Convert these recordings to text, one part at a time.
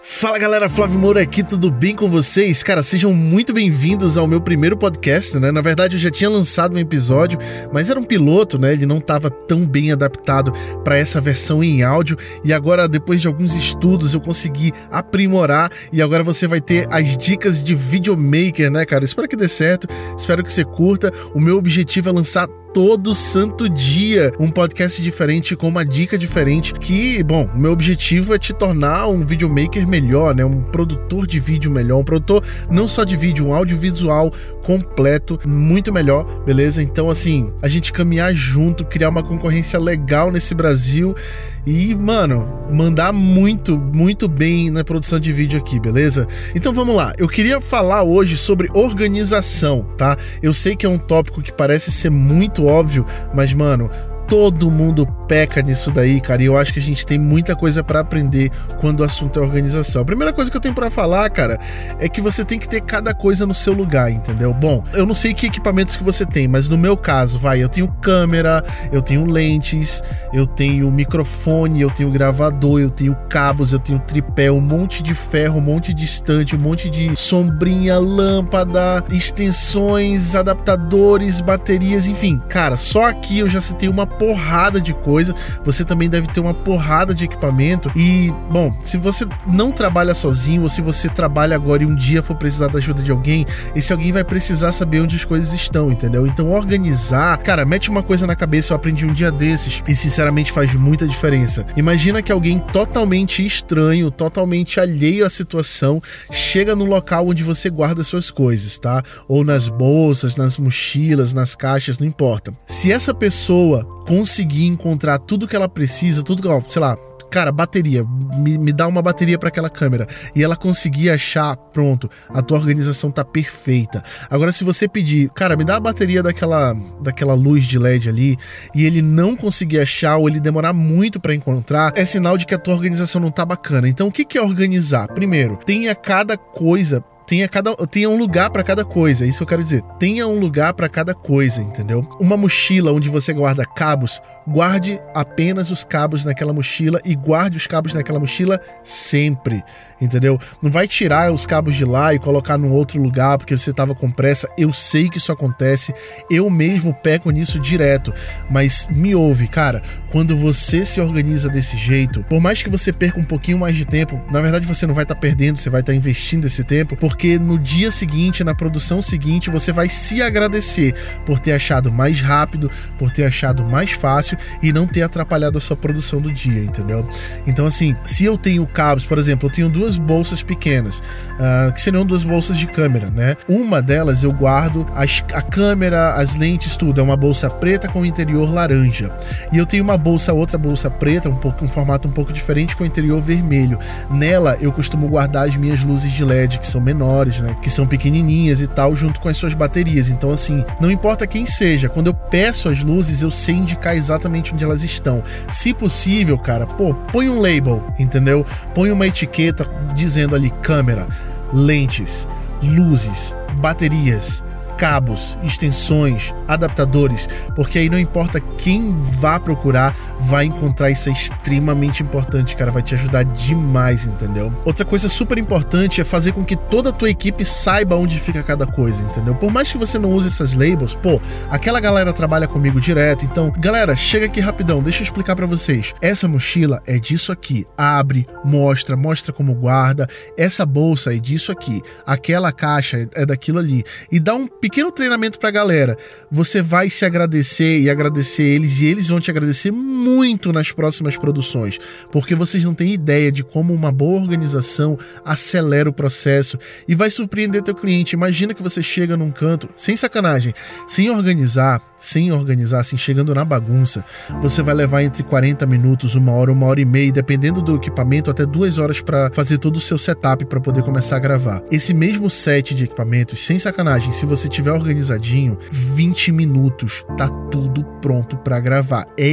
Fala galera, Flávio Moura aqui, tudo bem com vocês? Cara, sejam muito bem-vindos ao meu primeiro podcast, né? Na verdade eu já tinha lançado um episódio, mas era um piloto, né? Ele não estava tão bem adaptado para essa versão em áudio e agora, depois de alguns estudos, eu consegui aprimorar e agora você vai ter as dicas de videomaker, né, cara? Espero que dê certo, espero que você curta. O meu objetivo é lançar todo santo dia um podcast diferente com uma dica diferente que, bom, o meu objetivo é te tornar um videomaker melhor, né? Um produtor de vídeo melhor, um produtor não só de vídeo, um audiovisual completo, muito melhor, beleza? Então, assim, a gente caminhar junto, criar uma concorrência legal nesse Brasil e, mano, mandar muito bem na produção de vídeo aqui, beleza? Então vamos lá, eu queria falar hoje sobre organização, tá? Eu sei que é um tópico que parece ser muito óbvio, mas, mano, todo mundo peca nisso daí, cara, e eu acho que a gente tem muita coisa pra aprender quando o assunto é organização. A primeira coisa que eu tenho pra falar, cara, é que você tem que ter cada coisa no seu lugar, entendeu? Bom, eu não sei que equipamentos que você tem, mas no meu caso, eu tenho câmera, eu tenho lentes, eu tenho microfone, eu tenho gravador, eu tenho cabos, eu tenho tripé, um monte de ferro, um monte de estante, um monte de sombrinha, lâmpada, extensões, adaptadores, baterias, enfim, cara, só aqui eu já citei uma porrada de coisa. Você também deve ter uma porrada de equipamento e, bom, se você não trabalha sozinho ou se você trabalha agora e um dia for precisar da ajuda de alguém, esse alguém vai precisar saber onde as coisas estão, entendeu? Então organizar, cara, mete uma coisa na cabeça, eu aprendi um dia desses e sinceramente faz muita diferença. Imagina que alguém totalmente estranho, totalmente alheio à situação, chega no local onde você guarda suas coisas, tá? Ou nas bolsas, nas mochilas, nas caixas, não importa. Se essa pessoa conseguir encontrar tudo que ela precisa, tudo que, sei lá, cara, bateria, me dá uma bateria para aquela câmera, e ela conseguir achar, pronto, a tua organização tá perfeita. Agora, se você pedir, cara, me dá a bateria daquela luz de LED ali, e ele não conseguir achar, ou ele demorar muito para encontrar, é sinal de que a tua organização não tá bacana. Então, o que é organizar? Primeiro, tenha cada coisa, tenha um lugar para cada coisa, isso que eu quero dizer. Tenha um lugar para cada coisa, entendeu? Uma mochila onde você guarda cabos, guarde apenas os cabos naquela mochila e guarde os cabos naquela mochila sempre, entendeu? Não vai tirar os cabos de lá e colocar num outro lugar porque você estava com pressa. Eu sei que isso acontece, eu mesmo peco nisso direto, mas me ouve, cara, quando você se organiza desse jeito, por mais que você perca um pouquinho mais de tempo, na verdade você não vai estar perdendo, você vai estar investindo esse tempo, porque no dia seguinte, na produção seguinte, você vai se agradecer por ter achado mais rápido, por ter achado mais fácil e não ter atrapalhado a sua produção do dia, entendeu? Então, assim, se eu tenho cabos, por exemplo, eu tenho duas bolsas pequenas, que seriam duas bolsas de câmera, né? Uma delas eu guardo a câmera, as lentes, tudo. É uma bolsa preta com interior laranja. E eu tenho outra bolsa preta, um formato um pouco diferente, com interior vermelho. Nela, eu costumo guardar as minhas luzes de LED, que são menores, né? Que são pequenininhas e tal, junto com as suas baterias. Então, assim, não importa quem seja, quando eu peço as luzes, eu sei indicar exatamente onde elas estão. Se possível, cara, põe um label, entendeu? Põe uma etiqueta dizendo ali câmera, lentes, luzes, baterias, cabos, extensões, adaptadores, porque aí não importa quem vá procurar, vai encontrar. Isso é extremamente importante, cara, vai te ajudar demais, entendeu? Outra coisa super importante é fazer com que toda a tua equipe saiba onde fica cada coisa, entendeu? Por mais que você não use essas labels, aquela galera trabalha comigo direto, então, galera, chega aqui rapidão, deixa eu explicar pra vocês. Essa mochila é disso aqui, abre, mostra como guarda, essa bolsa é disso aqui, aquela caixa é daquilo ali, e dá um pequeno treinamento pra galera. Você vai se agradecer e agradecer eles, e eles vão te agradecer muito nas próximas produções, porque vocês não têm ideia de como uma boa organização acelera o processo e vai surpreender teu cliente. Imagina que você chega num canto, sem sacanagem, sem organizar, assim, chegando na bagunça, você vai levar entre 40 minutos, 1 hora e meia, dependendo do equipamento, até 2 horas para fazer todo o seu setup para poder começar a gravar. Esse mesmo set de equipamentos, sem sacanagem, se você tiver organizadinho, 20 minutos, tá tudo pronto para gravar. É incrível.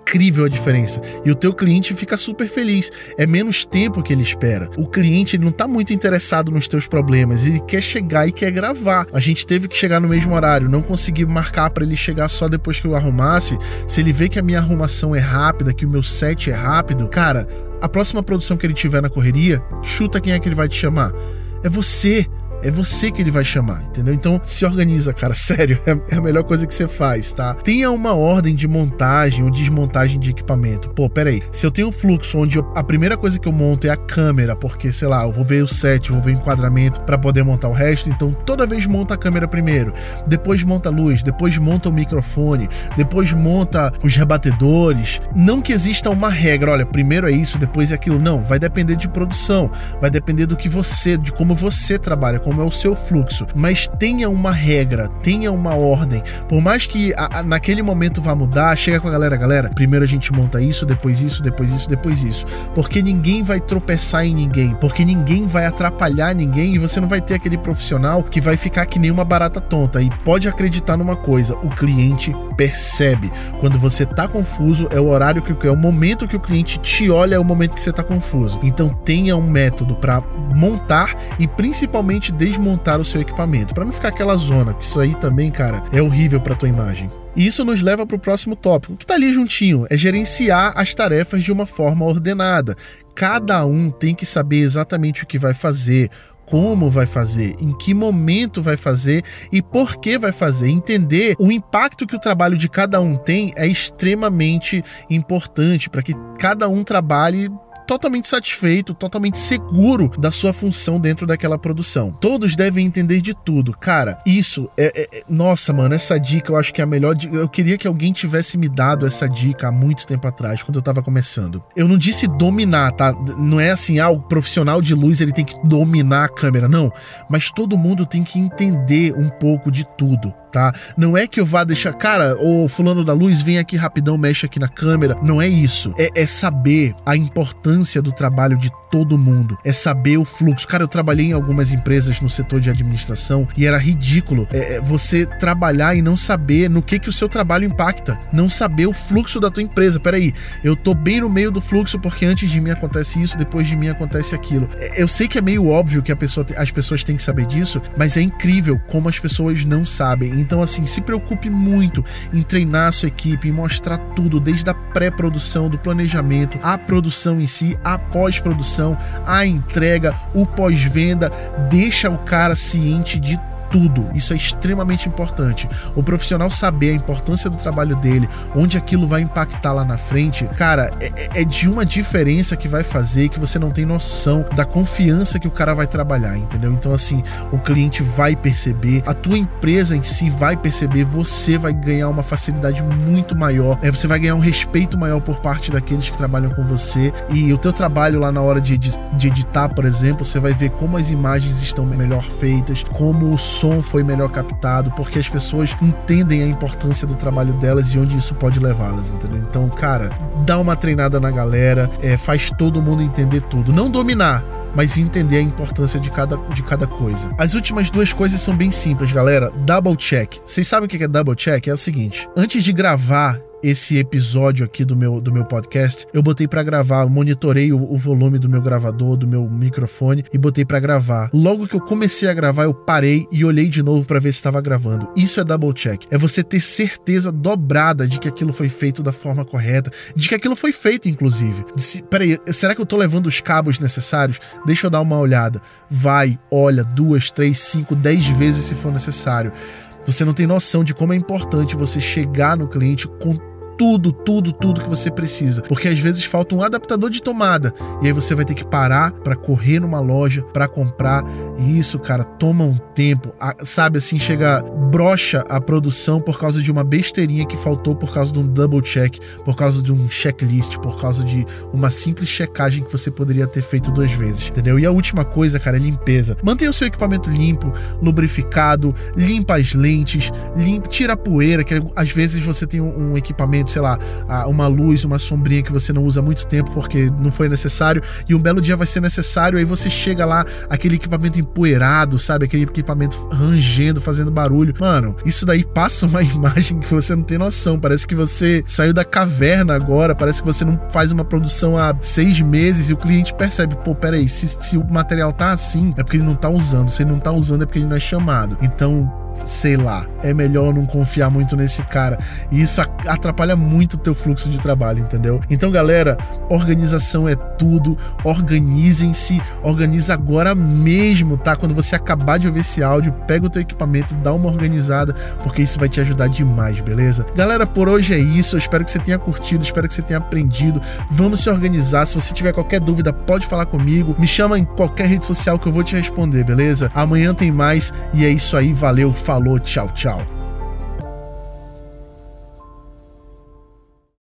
incrível a diferença. E o teu cliente fica super feliz. É menos tempo que ele espera. O cliente, ele não tá muito interessado nos teus problemas, ele quer chegar e quer gravar. A gente teve que chegar no mesmo horário, não consegui marcar para ele chegar só depois que eu arrumasse. Se ele vê que a minha arrumação é rápida, que o meu set é rápido, cara, a próxima produção que ele tiver na correria, chuta quem é que ele vai te chamar. É você. É você que ele vai chamar, entendeu? Então, se organiza, cara, sério, é a melhor coisa que você faz, tá? Tenha uma ordem de montagem ou desmontagem de equipamento. Pô, peraí, se eu tenho um fluxo onde a primeira coisa que eu monto é a câmera, porque, sei lá, eu vou ver o set, vou ver o enquadramento pra poder montar o resto, então toda vez monta a câmera primeiro, depois monta a luz, depois monta o microfone, depois monta os rebatedores. Não que exista uma regra, olha, primeiro é isso, depois é aquilo. Não, vai depender de produção, vai depender do que você, de como você trabalha, como é o seu fluxo, mas tenha uma regra, tenha uma ordem. Por mais que naquele momento vá mudar, chega com a galera, primeiro a gente monta isso, depois isso, depois isso, depois isso, porque ninguém vai tropeçar em ninguém, porque ninguém vai atrapalhar ninguém e você não vai ter aquele profissional que vai ficar que nem uma barata tonta. E pode acreditar numa coisa, o cliente percebe. Quando você tá confuso, é o horário é o momento que o cliente te olha, é o momento que você tá confuso. Então tenha um método para montar e principalmente desmontar o seu equipamento, para não ficar aquela zona, que isso aí também, cara, é horrível para tua imagem. E isso nos leva para o próximo tópico, que tá ali juntinho, é gerenciar as tarefas de uma forma ordenada. Cada um tem que saber exatamente o que vai fazer, como vai fazer, em que momento vai fazer e por que vai fazer. Entender o impacto que o trabalho de cada um tem é extremamente importante para que cada um trabalhe totalmente satisfeito, totalmente seguro da sua função dentro daquela produção. Todos devem entender de tudo. Cara, isso nossa, mano, essa dica eu acho que é a melhor. Eu queria que alguém tivesse me dado essa dica há muito tempo atrás, quando eu tava começando. Eu não disse dominar, tá? Não é assim, o profissional de luz, ele tem que dominar a câmera, não. Mas todo mundo tem que entender um pouco de tudo, tá? Não é que eu vá deixar, cara, o fulano da luz, vem aqui rapidão, mexe aqui na câmera. Não é isso. É saber a importância do trabalho de todo mundo. É saber o fluxo. Cara, eu trabalhei em algumas empresas no setor de administração e era ridículo você trabalhar e não saber no que o seu trabalho impacta. Não saber o fluxo da tua empresa. Peraí, eu tô bem no meio do fluxo porque antes de mim acontece isso, depois de mim acontece aquilo. Eu sei que é meio óbvio que as pessoas têm que saber disso, mas é incrível como as pessoas não sabem. Então, assim, se preocupe muito em treinar a sua equipe, em mostrar tudo, desde a pré-produção, do planejamento, a produção em si, a pós-produção, a entrega, o pós-venda. Deixa o cara ciente de tudo. Isso é extremamente importante. O profissional saber a importância do trabalho dele, onde aquilo vai impactar lá na frente, cara, é de uma diferença que vai fazer que você não tem noção da confiança que o cara vai trabalhar, entendeu? Então, assim, o cliente vai perceber, a tua empresa em si vai perceber, você vai ganhar uma facilidade muito maior, você vai ganhar um respeito maior por parte daqueles que trabalham com você, e o teu trabalho lá na hora de editar, por exemplo, você vai ver como as imagens estão melhor feitas, como o som foi melhor captado, porque as pessoas entendem a importância do trabalho delas e onde isso pode levá-las, entendeu? Então, cara, dá uma treinada na galera, faz todo mundo entender tudo. Não dominar, mas entender a importância de cada coisa. As últimas duas coisas são bem simples, galera. Double check. Vocês sabem o que é double check? É o seguinte, antes de gravar esse episódio aqui do meu podcast, eu botei pra gravar, eu monitorei o volume do meu gravador, do meu microfone e botei pra gravar. Logo que eu comecei a gravar, eu parei e olhei de novo pra ver se estava gravando. Isso é double check. É você ter certeza dobrada de que aquilo foi feito da forma correta, de que aquilo foi feito, inclusive. Peraí, será que eu tô levando os cabos necessários? Deixa eu dar uma olhada. Vai, olha 2, 3, 5, 10 vezes se for necessário. Você não tem noção de como é importante você chegar no cliente com tudo que você precisa, porque às vezes falta um adaptador de tomada e aí você vai ter que parar para correr numa loja para comprar, e isso, cara, toma um tempo, sabe, assim, brocha a produção por causa de uma besteirinha que faltou, por causa de um double check, por causa de um checklist, por causa de uma simples checagem que você poderia ter feito 2 vezes, entendeu? E a última coisa, cara, é limpeza. Mantenha o seu equipamento limpo, lubrificado, limpa as lentes, tira a poeira, que às vezes você tem um equipamento feito, sei lá, uma luz, uma sombrinha que você não usa há muito tempo porque não foi necessário, e um belo dia vai ser necessário, aí você chega lá, aquele equipamento empoeirado, sabe? Aquele equipamento rangendo, fazendo barulho. Mano, isso daí passa uma imagem que você não tem noção. Parece que você saiu da caverna agora, parece que você não faz uma produção há 6 meses e o cliente percebe, pô, peraí, se o material tá assim, é porque ele não tá usando. Se ele não tá usando, é porque ele não é chamado. Então, sei lá, é melhor não confiar muito nesse cara. E isso atrapalha muito o teu fluxo de trabalho, entendeu? Então, galera, organização é tudo. Organizem-se, organiza agora mesmo, tá? Quando você acabar de ouvir esse áudio, pega o teu equipamento, dá uma organizada, porque isso vai te ajudar demais, beleza? Galera, por hoje é isso. Eu espero que você tenha curtido, espero que você tenha aprendido. Vamos se organizar. Se você tiver qualquer dúvida, pode falar comigo. Me chama em qualquer rede social que eu vou te responder, beleza? Amanhã tem mais e é isso aí. Valeu, falou, tchau, tchau.